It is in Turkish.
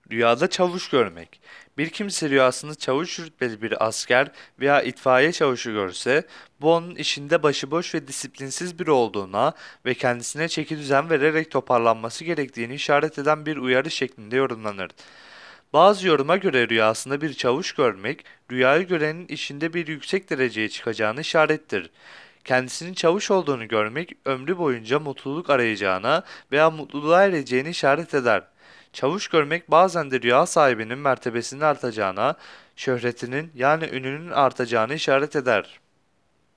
Rüyada çavuş görmek. Bir kimse rüyasında çavuş rütbeli bir asker veya itfaiye çavuşu görse, bu onun işinde başıboş ve disiplinsiz biri olduğuna ve kendisine çekidüzen vererek toparlanması gerektiğini işaret eden bir uyarı şeklinde yorumlanır. Bazı yoruma göre rüyasında bir çavuş görmek, rüyayı görenin işinde bir yüksek dereceye çıkacağını işarettir. Kendisinin çavuş olduğunu görmek, ömrü boyunca mutluluk arayacağına veya mutluluğa ereceğini işaret eder. Çavuş görmek bazen de rüya sahibinin mertebesinin artacağına, şöhretinin yani ününün artacağını işaret eder.